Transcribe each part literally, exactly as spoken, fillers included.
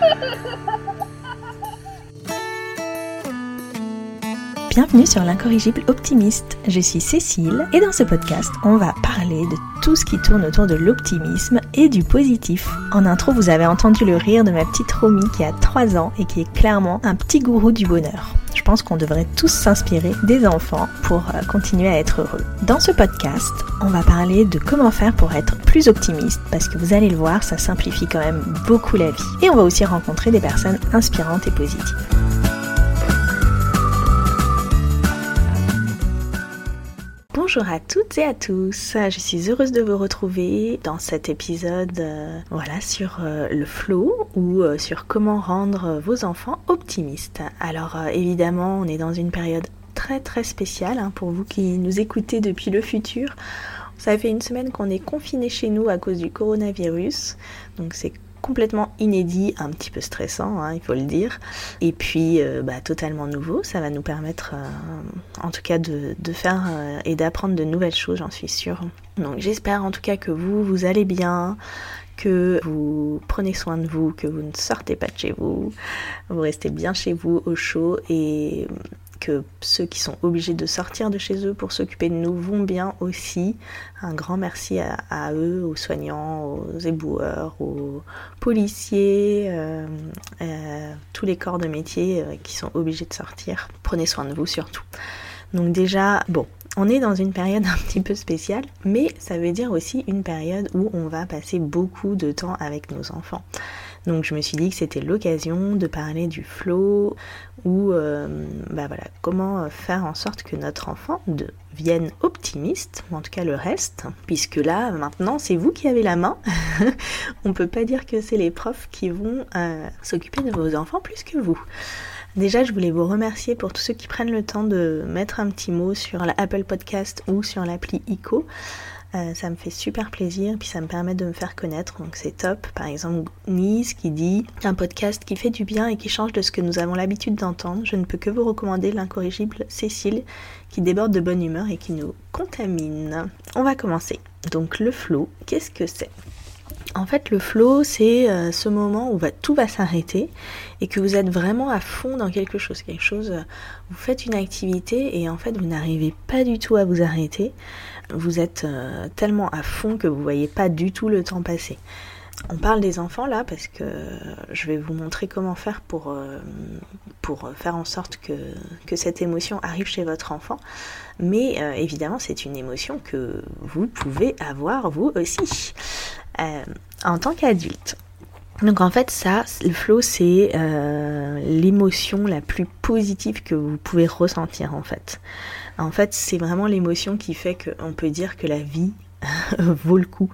Bienvenue sur l'Incorrigible Optimiste, je suis Cécile et dans ce podcast, on va parler de tout ce qui tourne autour de l'optimisme et du positif. En intro, vous avez entendu le rire de ma petite Romy qui a trois ans et qui est clairement un petit gourou du bonheur. Je pense qu'on devrait tous s'inspirer des enfants pour continuer à être heureux. Dans ce podcast, on va parler de comment faire pour être plus optimiste parce que vous allez le voir, ça simplifie quand même beaucoup la vie. Et on va aussi rencontrer des personnes inspirantes et positives. Bonjour à toutes et à tous, je suis heureuse de vous retrouver dans cet épisode euh, voilà, sur euh, le flow ou euh, sur comment rendre vos enfants optimistes. Alors euh, évidemment, on est dans une période très très spéciale hein, pour vous qui nous écoutez depuis le futur. Ça fait une semaine qu'on est confinés chez nous à cause du coronavirus, donc c'est complètement inédit, un petit peu stressant, hein, il faut le dire, et puis euh, bah, totalement nouveau. Ça va nous permettre euh, en tout cas de, de faire euh, et d'apprendre de nouvelles choses, j'en suis sûre. Donc j'espère en tout cas que vous, vous allez bien, que vous prenez soin de vous, que vous ne sortez pas de chez vous, vous restez bien chez vous au chaud et que ceux qui sont obligés de sortir de chez eux pour s'occuper de nous vont bien aussi. Un grand merci à, à eux, aux soignants, aux éboueurs, aux policiers, euh, euh, tous les corps de métier euh, qui sont obligés de sortir. Prenez soin de vous surtout. Donc déjà, bon, on est dans une période un petit peu spéciale, mais ça veut dire aussi une période où on va passer beaucoup de temps avec nos enfants. Donc je me suis dit que c'était l'occasion de parler du flow ou euh, bah voilà, comment faire en sorte que notre enfant devienne optimiste, ou en tout cas le reste, puisque là maintenant c'est vous qui avez la main. On peut pas dire que c'est les profs qui vont euh, s'occuper de vos enfants plus que vous. Déjà, je voulais vous remercier pour tous ceux qui prennent le temps de mettre un petit mot sur la Apple Podcast ou sur l'appli ICO. Euh, ça me fait super plaisir, puis ça me permet de me faire connaître, donc c'est top. Par exemple, Nise qui dit « Un podcast qui fait du bien et qui change de ce que nous avons l'habitude d'entendre. Je ne peux que vous recommander l'incorrigible Cécile qui déborde de bonne humeur et qui nous contamine. » On va commencer. Donc le flow, qu'est-ce que c'est ? En fait, le flow, c'est euh, ce moment où va, tout va s'arrêter et que vous êtes vraiment à fond dans quelque chose. Quelque chose, euh, vous faites une activité et en fait, vous n'arrivez pas du tout à vous arrêter. Vous êtes euh, tellement à fond que vous ne voyez pas du tout le temps passer. On parle des enfants là parce que je vais vous montrer comment faire pour, euh, pour faire en sorte que, que cette émotion arrive chez votre enfant. Mais euh, évidemment, c'est une émotion que vous pouvez avoir vous aussi euh, en tant qu'adulte. Donc en fait, ça, le flow, c'est euh, l'émotion la plus positive que vous pouvez ressentir en fait. En fait, c'est vraiment l'émotion qui fait qu'on peut dire que la vie vaut le coup.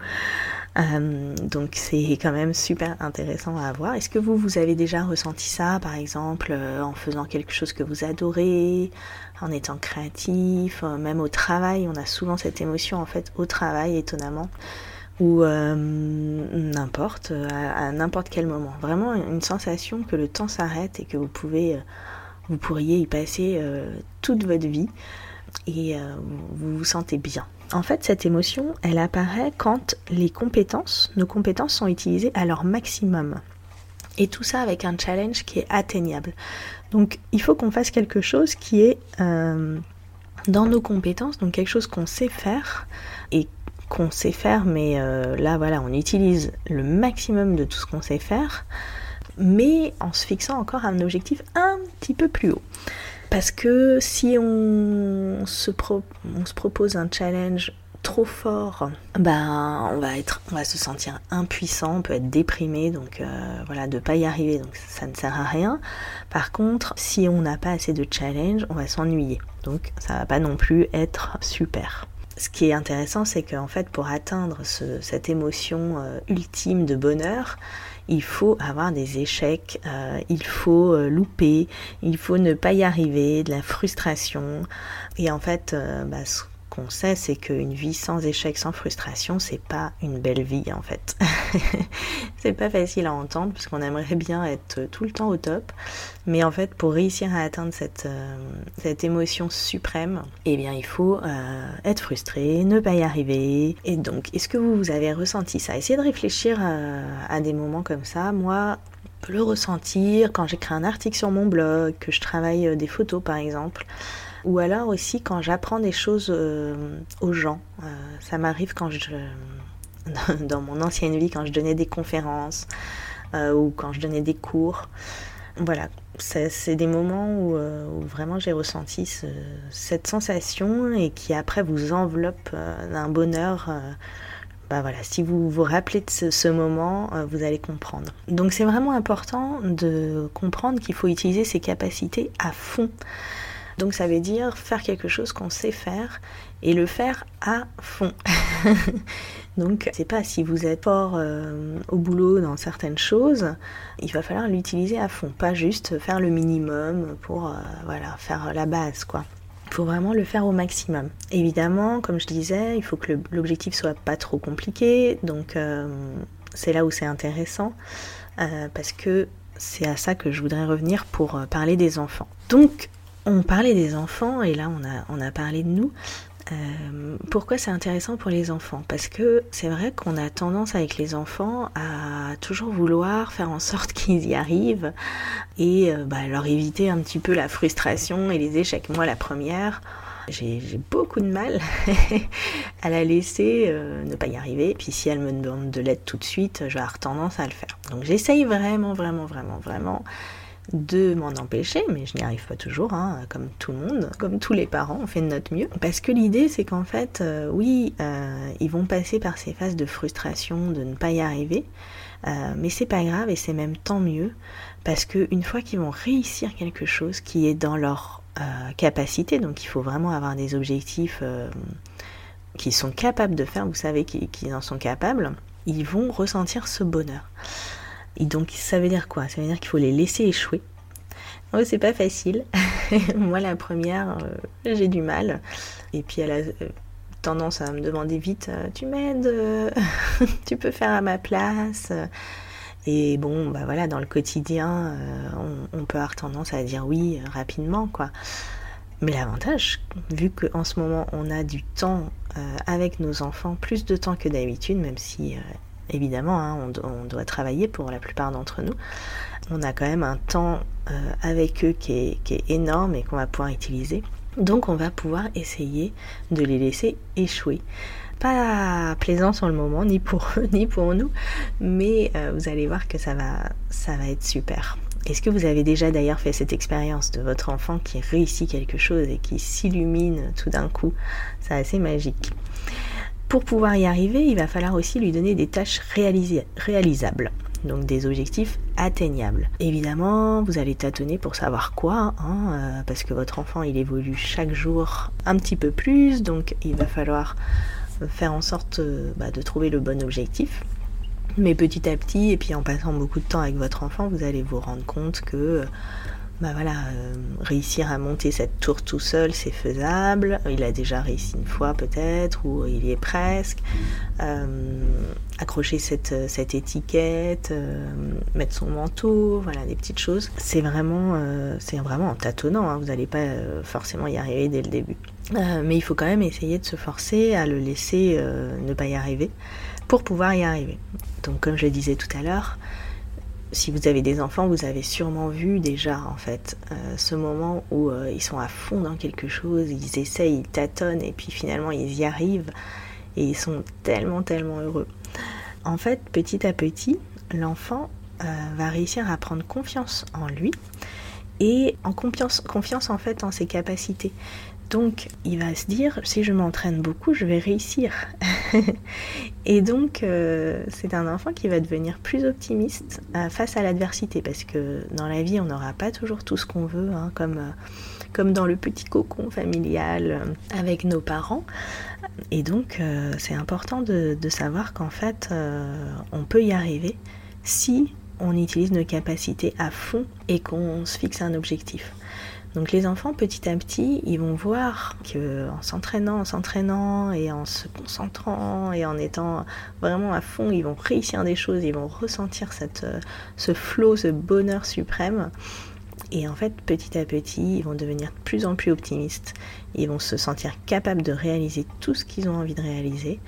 Euh, donc c'est quand même super intéressant à avoir. Est-ce que vous, vous avez déjà ressenti ça, par exemple, euh, en faisant quelque chose que vous adorez, en étant créatif, euh, même au travail, on a souvent cette émotion en fait au travail, étonnamment, ou euh, n'importe, à, à n'importe quel moment. Vraiment une sensation que le temps s'arrête et que vous pouvez, euh, vous pourriez y passer euh, toute votre vie et euh, vous vous sentez bien. En fait, cette émotion, elle apparaît quand les compétences, nos compétences sont utilisées à leur maximum. Et tout ça avec un challenge qui est atteignable. Donc, il faut qu'on fasse quelque chose qui est euh, dans nos compétences, donc quelque chose qu'on sait faire et qu'on sait faire, mais euh, là, voilà, on utilise le maximum de tout ce qu'on sait faire, mais en se fixant encore un objectif un petit peu plus haut. Parce que si on se, pro- on se propose un challenge trop fort, ben on va être, on va se sentir impuissant, on peut être déprimé, donc euh, voilà, de pas y arriver, donc ça ne sert à rien. Par contre, si on n'a pas assez de challenge, on va s'ennuyer, donc ça va pas non plus être super. Ce qui est intéressant, c'est qu'en fait, pour atteindre ce, cette émotion euh, ultime de bonheur, il faut avoir des échecs, euh, il faut euh, louper, il faut ne pas y arriver, de la frustration. Et en fait, euh, bah, ce qu'on sait, c'est qu'une vie sans échecs, sans frustration, c'est pas une belle vie en fait. C'est pas facile à entendre parce qu'on aimerait bien être tout le temps au top, mais en fait, pour réussir à atteindre cette euh, cette émotion suprême, eh bien, il faut euh, être frustré, ne pas y arriver. Et donc, est-ce que vous, vous avez ressenti ça ? Essayez de réfléchir à, à des moments comme ça. Moi, Je peux le ressentir quand j'écris un article sur mon blog, que je travaille des photos par exemple, ou alors aussi quand j'apprends des choses euh, aux gens. Euh, ça m'arrive quand je, dans mon ancienne vie, quand je donnais des conférences euh, ou quand je donnais des cours. Voilà, c'est, c'est des moments où, euh, où vraiment j'ai ressenti ce, cette sensation et qui après vous enveloppe euh, d'un bonheur. Euh, bah voilà, si vous vous rappelez de ce, ce moment, euh, vous allez comprendre. Donc c'est vraiment important de comprendre qu'il faut utiliser ses capacités à fond. Donc ça veut dire faire quelque chose qu'on sait faire et le faire à fond. Donc c'est pas si vous êtes fort euh, au boulot dans certaines choses, il va falloir l'utiliser à fond, pas juste faire le minimum pour euh, voilà, faire la base quoi. Il faut vraiment le faire au maximum. Évidemment, comme je disais, il faut que le, l'objectif soit pas trop compliqué, donc euh, c'est là où c'est intéressant euh, parce que c'est à ça que je voudrais revenir pour euh, parler des enfants. Donc on parlait des enfants et là on a, on a parlé de nous. Euh, pourquoi c'est intéressant pour les enfants ? Parce que c'est vrai qu'on a tendance avec les enfants à toujours vouloir faire en sorte qu'ils y arrivent et euh, bah, leur éviter un petit peu la frustration et les échecs. Moi la première, j'ai, j'ai beaucoup de mal à la laisser euh, ne pas y arriver. Puis si elle me demande de l'aide tout de suite, je vais avoir tendance à le faire. Donc j'essaye vraiment, vraiment, vraiment, vraiment de m'en empêcher, mais je n'y arrive pas toujours, hein, comme tout le monde, comme tous les parents, on fait de notre mieux. Parce que l'idée, c'est qu'en fait, euh, oui, euh, ils vont passer par ces phases de frustration, de ne pas y arriver, euh, mais c'est pas grave et c'est même tant mieux, parce qu'une fois qu'ils vont réussir quelque chose qui est dans leur euh, capacité, donc il faut vraiment avoir des objectifs euh, qu'ils sont capables de faire, vous savez qu'ils, qu'ils en sont capables, ils vont ressentir ce bonheur. Et donc ça veut dire quoi ? Ça veut dire qu'il faut les laisser échouer. Oh, c'est pas facile. Moi la première, euh, j'ai du mal. Et puis elle a euh, tendance à me demander vite, euh, tu m'aides, euh, tu peux faire à ma place. Et bon, bah voilà, dans le quotidien, euh, on, on peut avoir tendance à dire oui euh, rapidement, quoi. Mais l'avantage, vu qu'en ce moment on a du temps euh, avec nos enfants, plus de temps que d'habitude, même si... Euh, Évidemment, hein, on, do- on doit travailler pour la plupart d'entre nous. On a quand même un temps euh, avec eux qui est, qui est énorme et qu'on va pouvoir utiliser. Donc on va pouvoir essayer de les laisser échouer. Pas plaisant sur le moment, ni pour eux, ni pour nous, mais euh, vous allez voir que ça va, ça va être super. Est-ce que vous avez déjà d'ailleurs fait cette expérience de votre enfant qui réussit quelque chose et qui s'illumine tout d'un coup ? C'est assez magique. Pour pouvoir y arriver, il va falloir aussi lui donner des tâches réalis- réalisables, donc des objectifs atteignables. Évidemment, vous allez tâtonner pour savoir quoi, hein, euh, parce que votre enfant il évolue chaque jour un petit peu plus, donc il va falloir faire en sorte euh, bah, de trouver le bon objectif. Mais petit à petit, et puis en passant beaucoup de temps avec votre enfant, vous allez vous rendre compte que euh, bah voilà, euh, réussir à monter cette tour tout seul, c'est faisable. Il a déjà réussi une fois peut-être, ou il y est presque. Euh, accrocher cette, cette étiquette, euh, mettre son manteau, voilà, des petites choses. C'est vraiment, euh, c'est vraiment en tâtonnant, hein, vous n'allez pas euh, forcément y arriver dès le début. Euh, mais il faut quand même essayer de se forcer à le laisser euh, ne pas y arriver, pour pouvoir y arriver. Donc comme je le disais tout à l'heure, si vous avez des enfants, vous avez sûrement vu déjà en fait euh, ce moment où euh, ils sont à fond dans quelque chose, ils essayent, ils tâtonnent et puis finalement ils y arrivent et ils sont tellement tellement heureux. En fait, petit à petit, l'enfant euh, va réussir à prendre confiance en lui et en confiance, confiance en fait en ses capacités. Donc, il va se dire, si je m'entraîne beaucoup, je vais réussir. Et donc, euh, c'est un enfant qui va devenir plus optimiste euh, face à l'adversité, parce que dans la vie, on n'aura pas toujours tout ce qu'on veut, hein, comme, euh, comme dans le petit cocon familial euh, avec nos parents. Et donc, euh, c'est important de, de savoir qu'en fait, euh, on peut y arriver si on utilise nos capacités à fond et qu'on se fixe un objectif. Donc les enfants, petit à petit, ils vont voir qu'en s'entraînant, en s'entraînant et en se concentrant et en étant vraiment à fond, ils vont réussir des choses, ils vont ressentir cette, ce flow, ce bonheur suprême. Et en fait, petit à petit, ils vont devenir de plus en plus optimistes. Ils vont se sentir capables de réaliser tout ce qu'ils ont envie de réaliser.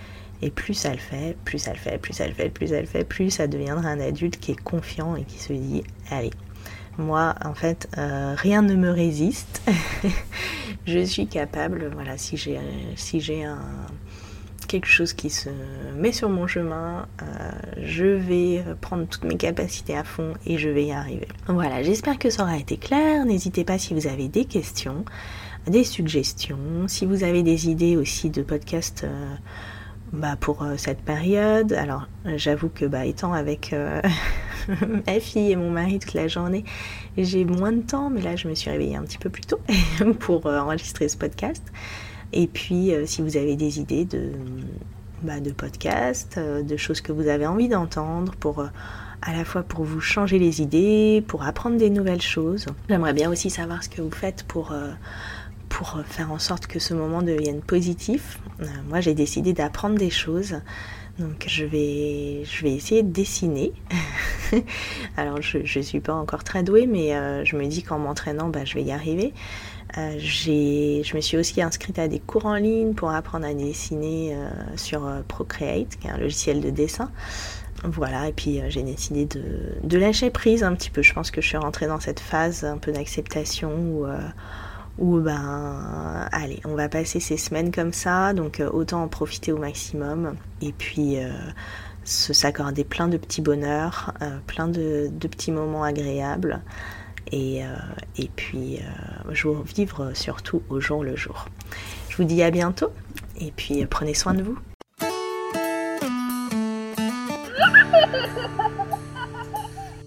Et plus ça le fait, plus ça le fait, plus ça le fait, plus ça le fait, plus ça deviendra un adulte qui est confiant et qui se dit « Allez, moi, en fait, euh, rien ne me résiste. Je suis capable, voilà, si j'ai, si j'ai un, quelque chose qui se met sur mon chemin, euh, je vais prendre toutes mes capacités à fond et je vais y arriver. » Voilà, j'espère que ça aura été clair. N'hésitez pas si vous avez des questions, des suggestions, si vous avez des idées aussi de podcasts euh, bah, pour euh, cette période. Alors, j'avoue que bah, étant avec euh, ma fille et mon mari toute la journée, j'ai moins de temps, mais là, je me suis réveillée un petit peu plus tôt pour euh, enregistrer ce podcast. Et puis, euh, si vous avez des idées de, bah, de podcasts, euh, de choses que vous avez envie d'entendre, pour euh, à la fois pour vous changer les idées, pour apprendre des nouvelles choses. J'aimerais bien aussi savoir ce que vous faites pour... Euh, pour faire en sorte que ce moment devienne positif. Euh, moi, j'ai décidé d'apprendre des choses. Donc, je vais, je vais essayer de dessiner. Alors, je ne suis pas encore très douée, mais euh, je me dis qu'en m'entraînant, bah, je vais y arriver. Euh, j'ai, je me suis aussi inscrite à des cours en ligne pour apprendre à dessiner euh, sur euh, Procreate, qui est un logiciel de dessin. Voilà, et puis euh, j'ai décidé de, de lâcher prise un petit peu. Je pense que je suis rentrée dans cette phase un peu d'acceptation où... Euh, où ben allez, on va passer ces semaines comme ça, donc euh, autant en profiter au maximum et puis euh, se s'accorder plein de petits bonheurs, euh, plein de, de petits moments agréables et, euh, et puis euh, vivre surtout au jour le jour. Je vous dis à bientôt et puis euh, prenez soin de vous.